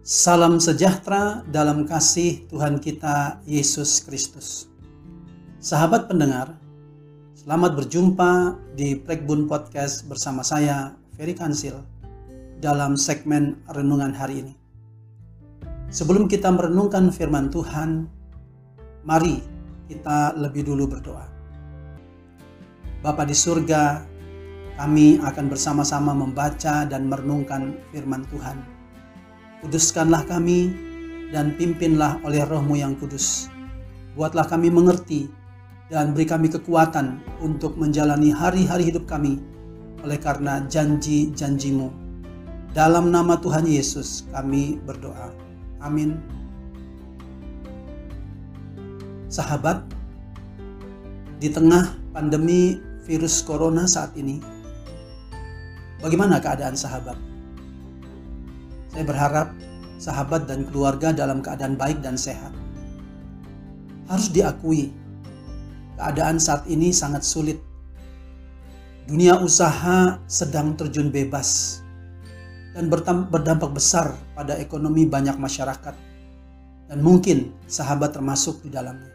Salam sejahtera dalam kasih Tuhan kita Yesus Kristus. Sahabat pendengar, selamat berjumpa di Prekbun Podcast bersama saya, Ferry Kansil, dalam segmen Renungan hari ini. Sebelum kita merenungkan firman Tuhan, mari kita lebih dulu berdoa. Bapa di surga, kami akan bersama-sama membaca dan merenungkan firman Tuhan. Kuduskanlah kami dan pimpinlah oleh Roh-Mu yang kudus. Buatlah kami mengerti dan beri kami kekuatan untuk menjalani hari-hari hidup kami oleh karena janji-janji-Mu. Dalam nama Tuhan Yesus kami berdoa. Amin. Sahabat, di tengah pandemi virus corona saat ini, bagaimana keadaan sahabat? Saya berharap sahabat dan keluarga dalam keadaan baik dan sehat. Harus diakui, keadaan saat ini sangat sulit. Dunia usaha sedang terjun bebas dan berdampak besar pada ekonomi banyak masyarakat. Dan mungkin sahabat termasuk di dalamnya.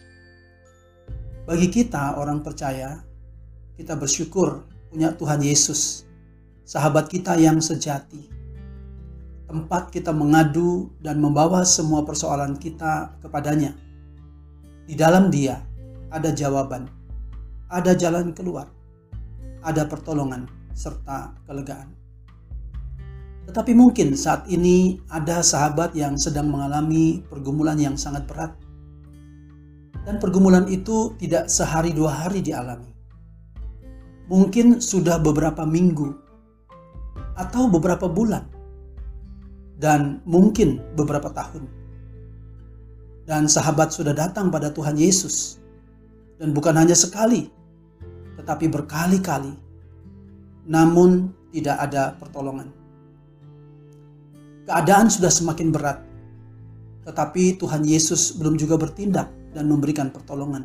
Bagi kita orang percaya, kita bersyukur punya Tuhan Yesus, sahabat kita yang sejati. Tempat kita mengadu dan membawa semua persoalan kita kepadanya. Di dalam Dia ada jawaban, ada jalan keluar, ada pertolongan serta kelegaan. Tetapi mungkin saat ini ada sahabat yang sedang mengalami pergumulan yang sangat berat. Dan pergumulan itu tidak sehari dua hari dialami. Mungkin sudah beberapa minggu atau beberapa bulan. Dan mungkin beberapa tahun. Dan sahabat sudah datang pada Tuhan Yesus. Dan bukan hanya sekali, tetapi berkali-kali. Namun tidak ada pertolongan. Keadaan sudah semakin berat. Tetapi Tuhan Yesus belum juga bertindak dan memberikan pertolongan.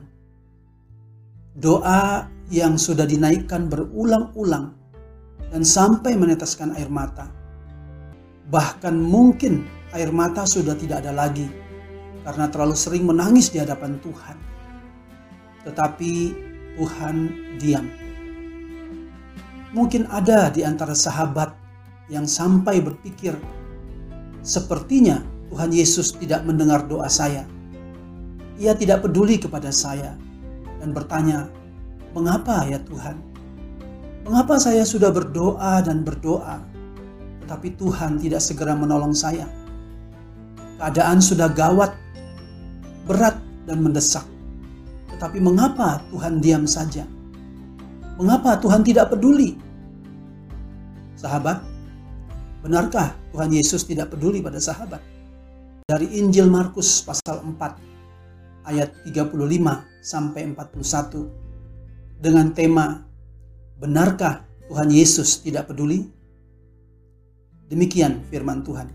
Doa yang sudah dinaikkan berulang-ulang dan sampai meneteskan air mata. Bahkan mungkin air mata sudah tidak ada lagi karena terlalu sering menangis di hadapan Tuhan. Tetapi Tuhan diam. Mungkin ada di antara sahabat yang sampai berpikir, sepertinya Tuhan Yesus tidak mendengar doa saya. Ia tidak peduli kepada saya dan bertanya, mengapa ya Tuhan? Mengapa saya sudah berdoa dan berdoa? Tapi Tuhan tidak segera menolong saya. Keadaan sudah gawat, berat dan mendesak. Tetapi mengapa Tuhan diam saja? Mengapa Tuhan tidak peduli? Sahabat, benarkah Tuhan Yesus tidak peduli pada sahabat? Dari Injil Markus pasal 4 ayat 35 sampai 41 dengan tema, benarkah Tuhan Yesus tidak peduli? Demikian firman Tuhan.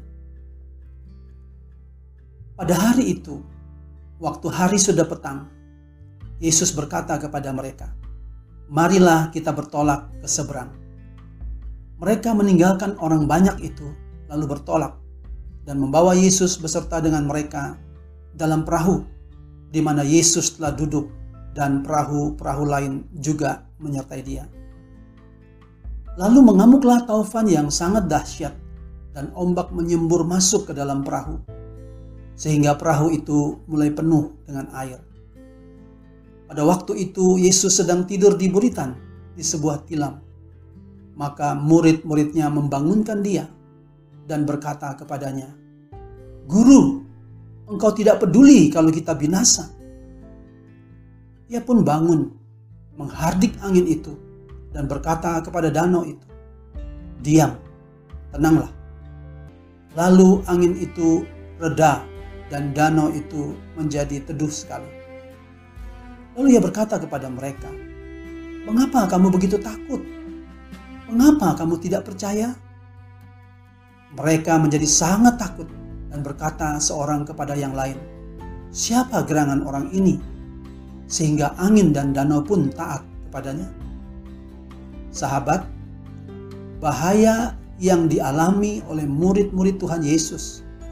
Pada hari itu, waktu hari sudah petang, Yesus berkata kepada mereka, marilah kita bertolak ke seberang. Mereka meninggalkan orang banyak itu, lalu bertolak, dan membawa Yesus beserta dengan mereka dalam perahu, di mana Yesus telah duduk, dan perahu-perahu lain juga menyertai Dia. Lalu mengamuklah taufan yang sangat dahsyat, dan ombak menyembur masuk ke dalam perahu, sehingga perahu itu mulai penuh dengan air. Pada waktu itu Yesus sedang tidur di buritan di sebuah tilam. Maka murid-muridnya membangunkan Dia dan berkata kepadanya, Guru, Engkau tidak peduli kalau kita binasa. Ia pun bangun, menghardik angin itu, dan berkata kepada danau itu, diam, tenanglah. Lalu angin itu reda dan danau itu menjadi teduh sekali. Lalu Ia berkata kepada mereka, mengapa kamu begitu takut? Mengapa kamu tidak percaya? Mereka menjadi sangat takut dan berkata seorang kepada yang lain, siapa gerangan orang ini? Sehingga angin dan danau pun taat kepadanya. Sahabat, bahaya yang dialami oleh murid-murid Tuhan Yesus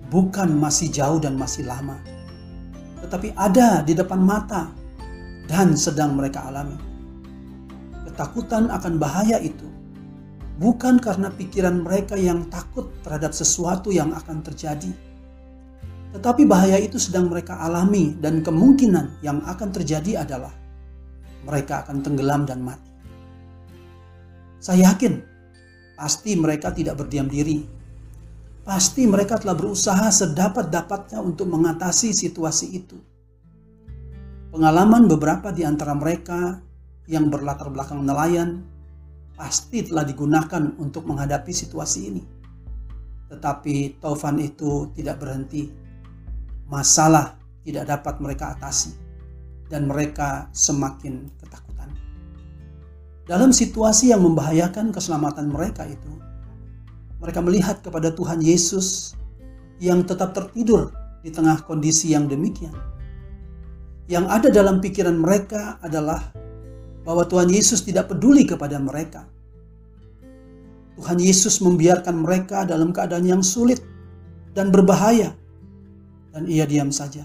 bukan masih jauh dan masih lama, tetapi ada di depan mata dan sedang mereka alami. Ketakutan akan bahaya itu bukan karena pikiran mereka yang takut terhadap sesuatu yang akan terjadi, tetapi bahaya itu sedang mereka alami, dan kemungkinan yang akan terjadi adalah mereka akan tenggelam dan mati. Saya yakin pasti mereka tidak berdiam diri. Pasti mereka telah berusaha sedapat-dapatnya untuk mengatasi situasi itu. Pengalaman beberapa di antara mereka yang berlatar belakang nelayan pasti telah digunakan untuk menghadapi situasi ini. Tetapi taufan itu tidak berhenti. Masalah tidak dapat mereka atasi, dan mereka semakin ketakutan. Dalam situasi yang membahayakan keselamatan mereka itu, mereka melihat kepada Tuhan Yesus yang tetap tertidur di tengah kondisi yang demikian. Yang ada dalam pikiran mereka adalah bahwa Tuhan Yesus tidak peduli kepada mereka. Tuhan Yesus membiarkan mereka dalam keadaan yang sulit dan berbahaya, dan ia diam saja.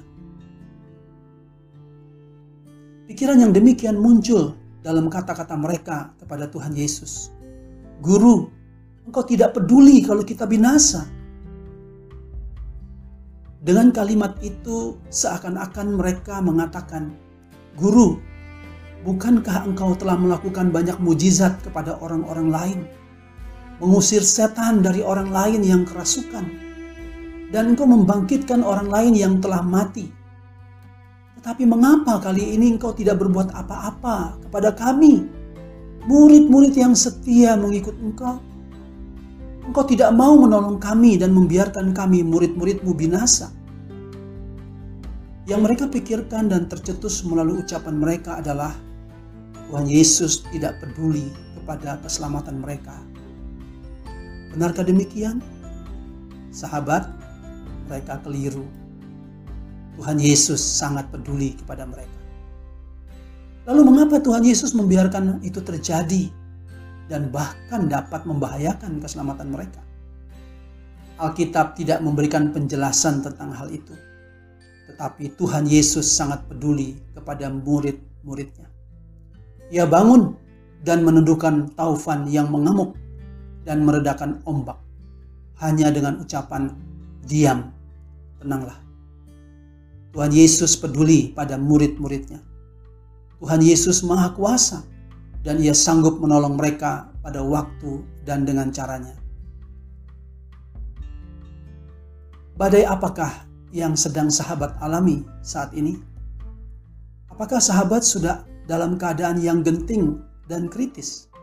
Pikiran yang demikian muncul dalam kata-kata mereka kepada Tuhan Yesus. Guru, Engkau tidak peduli kalau kita binasa. Dengan kalimat itu seakan-akan mereka mengatakan, Guru, bukankah Engkau telah melakukan banyak mujizat kepada orang-orang lain, mengusir setan dari orang lain yang kerasukan, dan Engkau membangkitkan orang lain yang telah mati. Tetapi mengapa kali ini Engkau tidak berbuat apa-apa kepada kami, murid-murid yang setia mengikut Engkau? Engkau tidak mau menolong kami dan membiarkan kami murid-murid-Mu binasa. Yang mereka pikirkan dan tercetus melalui ucapan mereka adalah Tuhan Yesus tidak peduli kepada keselamatan mereka. Benarkah demikian? Sahabat, mereka keliru. Tuhan Yesus sangat peduli kepada mereka. Lalu mengapa Tuhan Yesus membiarkan itu terjadi dan bahkan dapat membahayakan keselamatan mereka? Alkitab tidak memberikan penjelasan tentang hal itu. Tetapi Tuhan Yesus sangat peduli kepada murid-muridnya. Ia bangun dan menundukkan taufan yang mengamuk dan meredakan ombak hanya dengan ucapan, diam, tenanglah. Tuhan Yesus peduli pada murid-muridnya. Tuhan Yesus Maha Kuasa, dan ia sanggup menolong mereka pada waktu dan dengan caranya. Badai apakah yang sedang sahabat alami saat ini? Apakah sahabat sudah dalam keadaan yang genting dan kritis?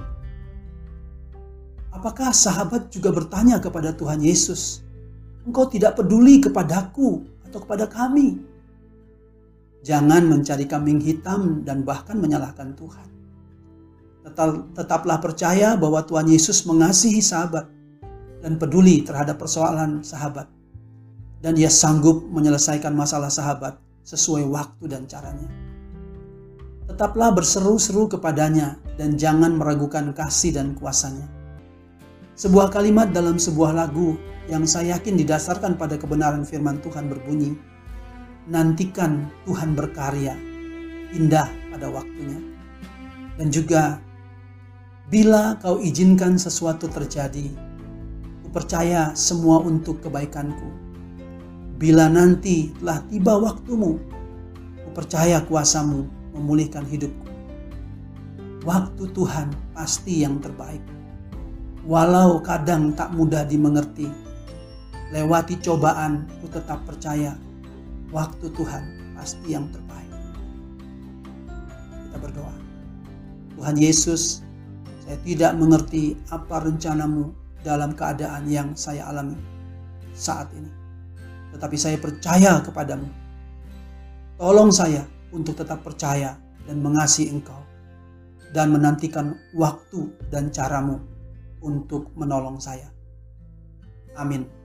Apakah sahabat juga bertanya kepada Tuhan Yesus, Engkau tidak peduli kepadaku atau kepada kami? Jangan mencari kambing hitam dan bahkan menyalahkan Tuhan. Tetaplah percaya bahwa Tuhan Yesus mengasihi sahabat dan peduli terhadap persoalan sahabat. Dan ia sanggup menyelesaikan masalah sahabat sesuai waktu dan caranya. Tetaplah berseru-seru kepadanya dan jangan meragukan kasih dan kuasanya. Sebuah kalimat dalam sebuah lagu yang saya yakin didasarkan pada kebenaran firman Tuhan berbunyi, nantikan Tuhan berkarya, indah pada waktunya. Dan juga, bila kau izinkan sesuatu terjadi, ku percaya semua untuk kebaikanku. Bila nanti telah tiba waktumu, ku percaya kuasamu memulihkan hidupku. Waktu Tuhan pasti yang terbaik. Walau kadang tak mudah dimengerti, lewati cobaan ku tetap percaya waktu Tuhan pasti yang terbaik. Kita berdoa. Tuhan Yesus, saya tidak mengerti apa rencanamu dalam keadaan yang saya alami saat ini. Tetapi saya percaya kepadamu. Tolong saya untuk tetap percaya dan mengasihi Engkau, dan menantikan waktu dan caramu untuk menolong saya. Amin.